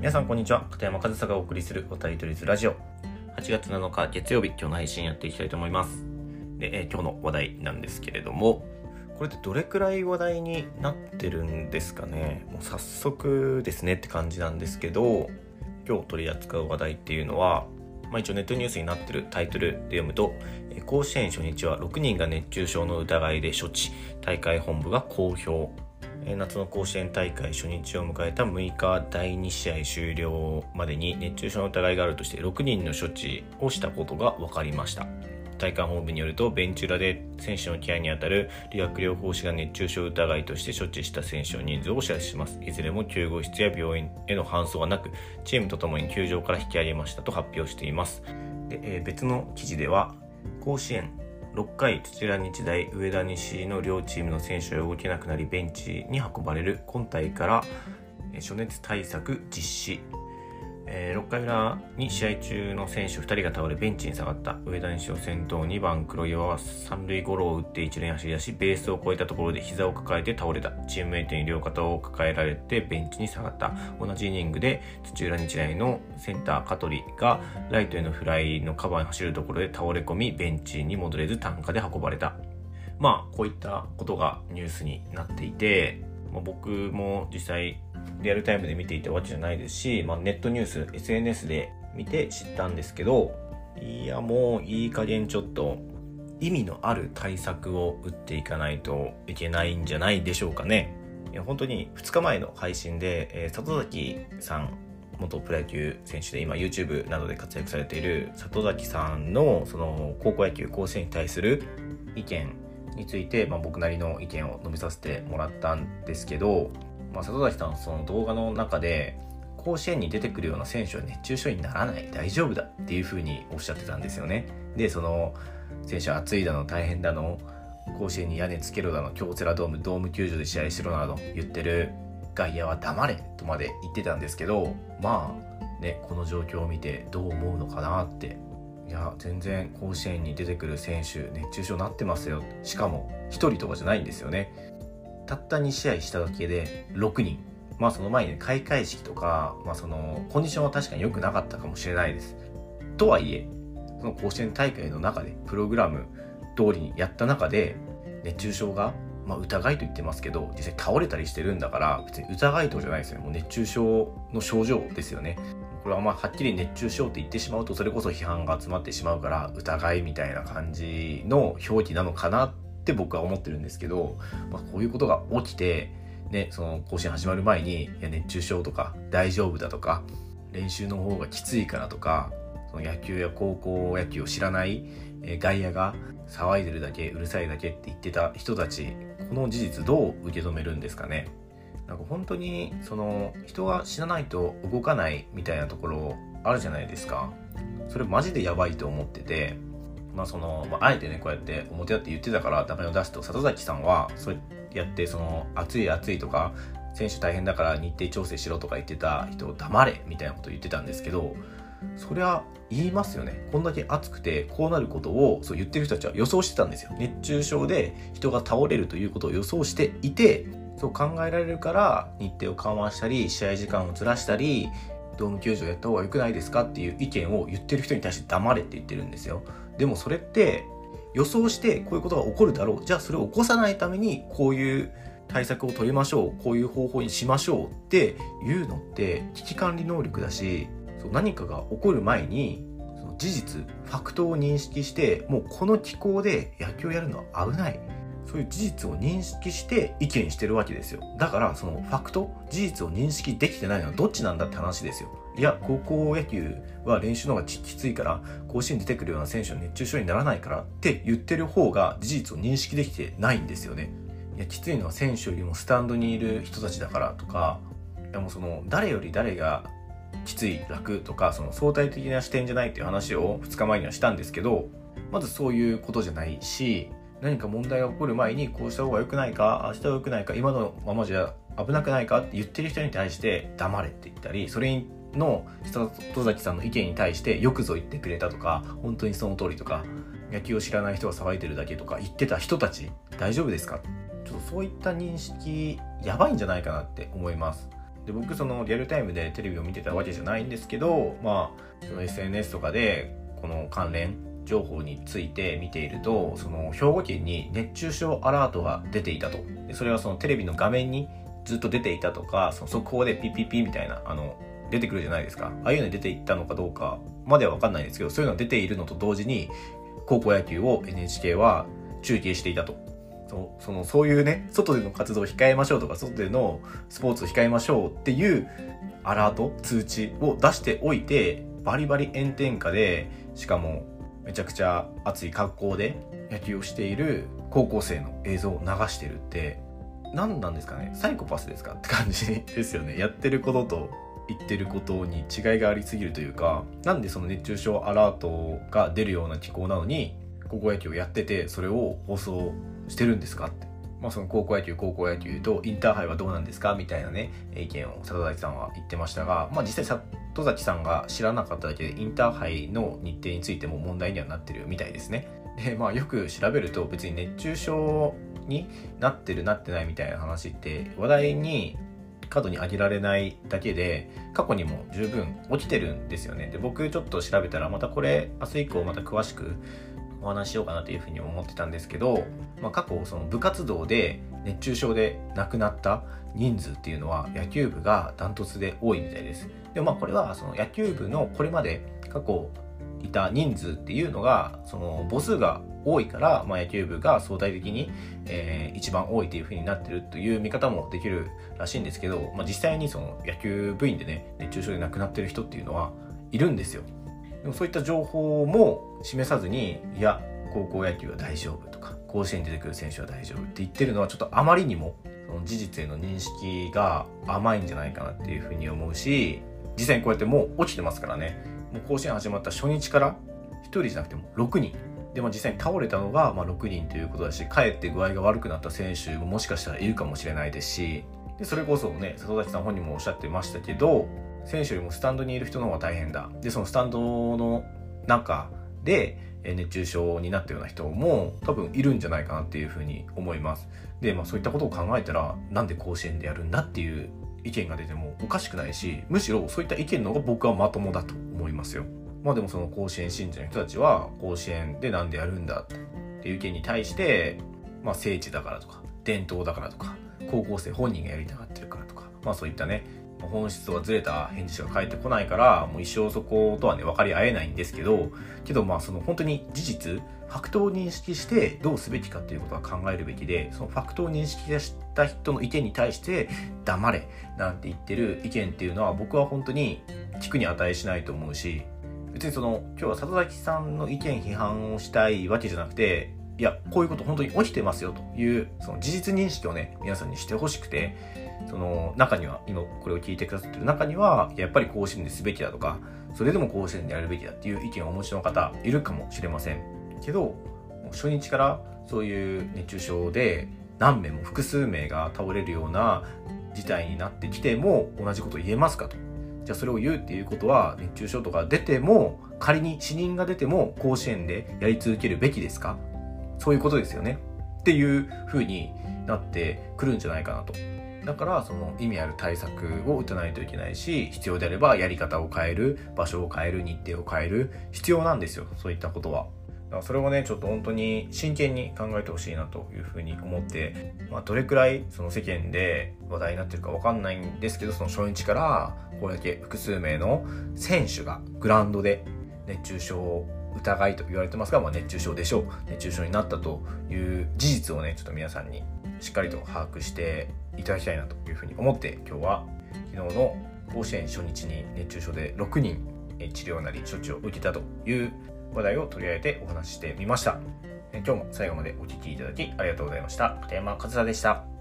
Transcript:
皆さんこんにちは。片山和沙がお送りするおたりとりずラジオ。8月7日月曜日、今日の配信やっていきたいと思います。で、今日の話題なんですけれども、これってどれくらい話題になってるんですかね。もう早速ですねって感じなんですけど、今日取り扱う話題っていうのは、一応ネットニュースになってるタイトルで読むと、甲子園初日は6人が熱中症の疑いで処置、大会本部が公表。夏の甲子園大会初日を迎えた6日第2試合終了までに熱中症の疑いがあるとして6人の処置をしたことが分かりました。大会本部によると、ベンチ裏で選手のケアにあたる理学療法士が熱中症疑いとして処置した選手の人数をお知らせします。いずれも救護室や病院への搬送はなく、チームとともに球場から引き上げましたと発表しています。で、別の記事では、甲子園6回土浦日大、上田西の両チームの選手が動けなくなりベンチに運ばれる。今大から暑熱対策実施。6回裏に試合中の選手2人が倒れベンチに下がった。上田西を先頭に2番黒岩は三塁ゴロを打って一塁に走り出し、ベースを越えたところで膝を抱えて倒れた。チームメイトに両肩を抱えられてベンチに下がった。同じイニングで土浦日大のセンター香取がライトへのフライのカバーに走るところで倒れ込み、ベンチに戻れず担架で運ばれた。こういったことがニュースになっていて、僕も実際リアルタイムで見ていたわけじゃないですし、ネットニュース SNS で見て知ったんですけど、もういい加減ちょっと意味のある対策を打っていかないといけないんじゃないでしょうかね。本当に2日前の配信で、里崎さん、元プロ野球選手で今 YouTube などで活躍されている里崎さんのその高校野球甲子園に対する意見について、僕なりの意見を述べさせてもらったんですけど、里崎さんその動画の中で甲子園に出てくるような選手は熱中症にならない、大丈夫だっていう風におっしゃってたんですよね。で、その選手は暑いだの大変だの、甲子園に屋根つけろだの、京セラドーム球場で試合しろなど言ってる外野は黙れとまで言ってたんですけど、この状況を見てどう思うのかなって。全然甲子園に出てくる選手熱中症になってますよ。しかも1人とかじゃないんですよね。たった2試合しただけで6人。その前に開会式とか、そのコンディションは確かに良くなかったかもしれないです。とはいえ、その甲子園大会の中でプログラム通りにやった中で熱中症が、疑いと言ってますけど、実際倒れたりしてるんだから、別に疑いとじゃないですよね。もう熱中症の症状ですよね。これははっきり熱中症って言ってしまうと、それこそ批判が集まってしまうから、疑いみたいな感じの表記なのかなって僕は思ってるんですけど、こういうことが起きてね、その甲子園始まる前に熱中症とか大丈夫だとか、練習の方がきついからとか、その野球や高校野球を知らない外野が騒いでるだけ、うるさいだけって言ってた人たち、この事実どう受け止めるんですかね。本当にその人が死なないと動かないみたいなところあるじゃないですか。それマジでやばいと思ってて、あえてねこうやって表立って言ってたから名前を出すと、里崎さんはそうやってその暑いとか選手大変だから日程調整しろとか言ってた人を黙れみたいなことを言ってたんですけど、そりゃ言いますよね。こんだけ暑くてこうなることをそう言ってる人たちは予想してたんですよ。熱中症で人が倒れるということを予想していて、そう考えられるから日程を緩和したり試合時間をずらしたりドーム球場やった方が良くないですかっていう意見を言ってる人に対して黙れって言ってるんですよ。でもそれって予想してこういうことが起こるだろう、じゃあそれを起こさないためにこういう対策を取りましょう、こういう方法にしましょうっていうのって危機管理能力だし、何かが起こる前にその事実ファクトを認識して、もうこの気候で野球をやるのは危ない、そういう事実を認識して意見してるわけですよ。だからそのファクト、事実を認識できてないのはどっちなんだって話ですよ。いや、高校野球は練習の方がきついから甲子園に出てくるような選手は熱中症にならないからって言ってる方が事実を認識できてないんですよね。いや、きついのは選手よりもスタンドにいる人たちだからとか、いやもうその誰より誰がきつい楽とか、その相対的な視点じゃないっていう話を2日前にはしたんですけど、まずそういうことじゃないし、何か問題が起こる前にこうした方が良くないか、ああした方が良くないか、今のままじゃ危なくないかって言ってる人に対して黙れって言ったり、それの里崎さんの意見に対してよくぞ言ってくれたとか、本当にその通りとか、野球を知らない人が騒いでるだけとか言ってた人たち大丈夫ですか。ちょっとそういった認識やばいんじゃないかなって思います。 で、僕そのリアルタイムでテレビを見てたわけじゃないんですけど、その SNS とかでこの関連情報について見ていると、その兵庫県に熱中症アラートが出ていたと。でそれはそのテレビの画面にずっと出ていたとか、その速報でピッピッピみたいな出てくるじゃないですか。ああいうのに出ていったのかどうかまでは分かんないんですけど、そういうのが出ているのと同時に高校野球を NHK は中継していたと。そういうね、外での活動を控えましょうとか、外でのスポーツを控えましょうっていうアラート、通知を出しておいて、バリバリ炎天下で、しかもめちゃくちゃ暑い格好で野球をしている高校生の映像を流してるって、何なんですかね、サイコパスですかって感じですよね。やってることと言ってることに違いがありすぎるというか、なんでその熱中症アラートが出るような気候なのに高校野球をやってて、それを放送してるんですかって。その高校野球とインターハイはどうなんですかみたいなね、意見を里崎さんは言ってましたが、実際里崎さんが知らなかっただけでインターハイの日程についても問題にはなってるみたいですね。で、よく調べると別に熱中症になってるなってないみたいな話って話題に過度に上げられないだけで、過去にも十分起きてるんですよね。で、僕ちょっと調べたら、またこれ明日以降また詳しくお話ししようかなというふうに思ってたんですけど、過去その部活動で熱中症で亡くなった人数っていうのは野球部がダントツで多いみたいです。でもこれはその野球部のこれまで過去いた人数っていうのがその母数が多いから、野球部が相対的に、一番多いというふうになってるという見方もできるらしいんですけど、実際にその野球部員でね、熱中症で亡くなってる人っていうのはいるんですよ。でもそういった情報も示さずに、いや高校野球は大丈夫とか、甲子園に出てくる選手は大丈夫って言ってるのは、ちょっとあまりにもその事実への認識が甘いんじゃないかなっていうふうに思うし、実際にこうやってもう起きてますからね。もう甲子園始まった初日から1人じゃなくても6人で、実際に倒れたのが6人ということだし、かえって具合が悪くなった選手ももしかしたらいるかもしれないですし、でそれこそね、里崎さん本人もおっしゃってましたけど、選手よりもスタンドにいる人の方が大変だ。でそのスタンドの中で熱中症になったような人も多分いるんじゃないかなっていうふうに思います。で、そういったことを考えたら、なんで甲子園でやるんだっていう意見が出てもおかしくないし、むしろそういった意見の方が僕はまともだと思いますよ。でもその甲子園信者の人たちは、甲子園でなんでやるんだっていう意見に対して、聖地だからとか伝統だからとか、高校生本人がやりたがってるからとか、そういったね、本質とはずれた返事しか返ってこないから、もう一生そことはね分かり合えないんですけど、その本当に事実、ファクトを認識してどうすべきかっていうことは考えるべきで、そのファクトを認識した人の意見に対して黙れなんて言ってる意見っていうのは、僕は本当に聞くに値しないと思うし、別に今日は里崎さんの意見批判をしたいわけじゃなくて、いやこういうこと本当に起きてますよというその事実認識をね、皆さんにしてほしくて、その中には、今これを聞いてくださってる中には、やっぱり甲子園ですべきだとか、それでも甲子園でやるべきだっていう意見をお持ちの方いるかもしれませんけど、初日からそういう熱中症で何名も複数名が倒れるような事態になってきても同じこと言えますかと。じゃあそれを言うっていうことは、熱中症とか出ても、仮に死人が出ても甲子園でやり続けるべきですか？そういうことですよねっていう風になってくるんじゃないかなと。だからその意味ある対策を打たないといけないし、必要であればやり方を変える、場所を変える、日程を変える必要なんですよ、そういったことは。だからそれをね、ちょっと本当に真剣に考えてほしいなというふうに思って、どれくらいその世間で話題になってるか分かんないんですけど、その初日からこれだけ複数名の選手がグラウンドで熱中症疑いと言われてますが、熱中症でしょう、熱中症になったという事実をね、ちょっと皆さんにしっかりと把握していただきたいなというふうに思って、今日は昨日の甲子園初日に熱中症で6人治療なり処置を受けたという話題を取り上げてお話ししてみました。今日も最後までお聞きいただきありがとうございました。片山和沙でした。